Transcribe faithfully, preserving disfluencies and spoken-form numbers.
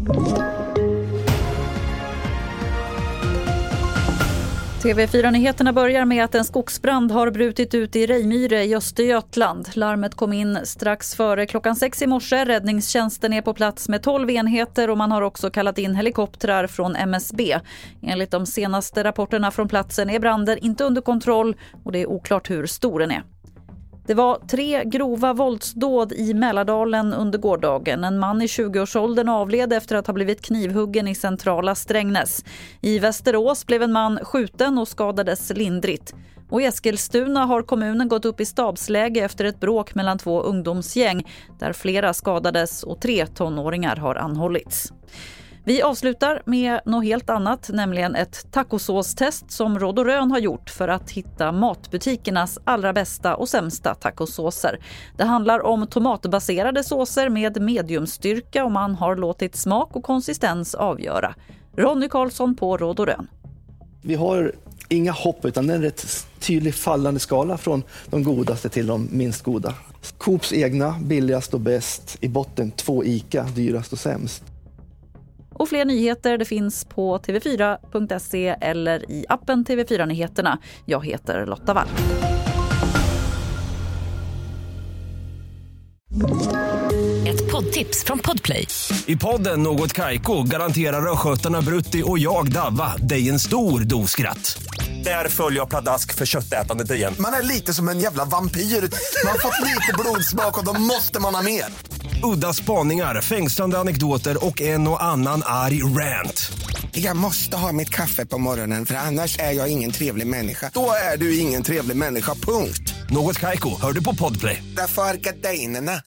T V fyra-nyheterna börjar med att en skogsbrand har brutit ut i Rejmyre i Östergötland. Larmet kom in strax före klockan sex i morse. Räddningstjänsten är på plats med tolv enheter och man har också kallat in helikoptrar från M S B. Enligt de senaste rapporterna från platsen är branden inte under kontroll och det är oklart hur stor den är. Det var tre grova våldsdåd i Mälardalen under gårdagen. En man i tjugoårsåldern avled efter att ha blivit knivhuggen i centrala Strängnäs. I Västerås blev en man skjuten och skadades lindrigt. Och i Eskilstuna har kommunen gått upp i stabsläge efter ett bråk mellan två ungdomsgäng där flera skadades och tre tonåringar har anhållits. Vi avslutar med något helt annat, nämligen ett tacosåstest som Råd och Rön har gjort för att hitta matbutikernas allra bästa och sämsta tacosåser. Det handlar om tomatbaserade såser med mediumstyrka och man har låtit smak och konsistens avgöra. Ronny Karlsson på Råd och Rön. Vi har inga hopp utan det är en rätt tydlig fallande skala från de godaste till de minst goda. Coops egna, billigast och bäst. I botten två Ica, dyrast och sämst. Och fler nyheter det finns på t v fyra punkt se eller i appen T V fyra-nyheterna. Jag heter Lotta Wall. Ett poddtips från Podplay. I podden Något Kaiko garanterar röskötarna Brutti och jag Davva dig en stor doskratt. Där följer jag pladask för köttätandet igen. Man är lite som en jävla vampyr. Man har fått lite blodsmak och då måste man ha mer. Udda spaningar, fängslande anekdoter och en och annan arg rant. Jag måste ha mitt kaffe på morgonen för annars är jag ingen trevlig människa. Då är du ingen trevlig människa, punkt. Något Kaiko, hör du på Podplay. Därför är gardinerna.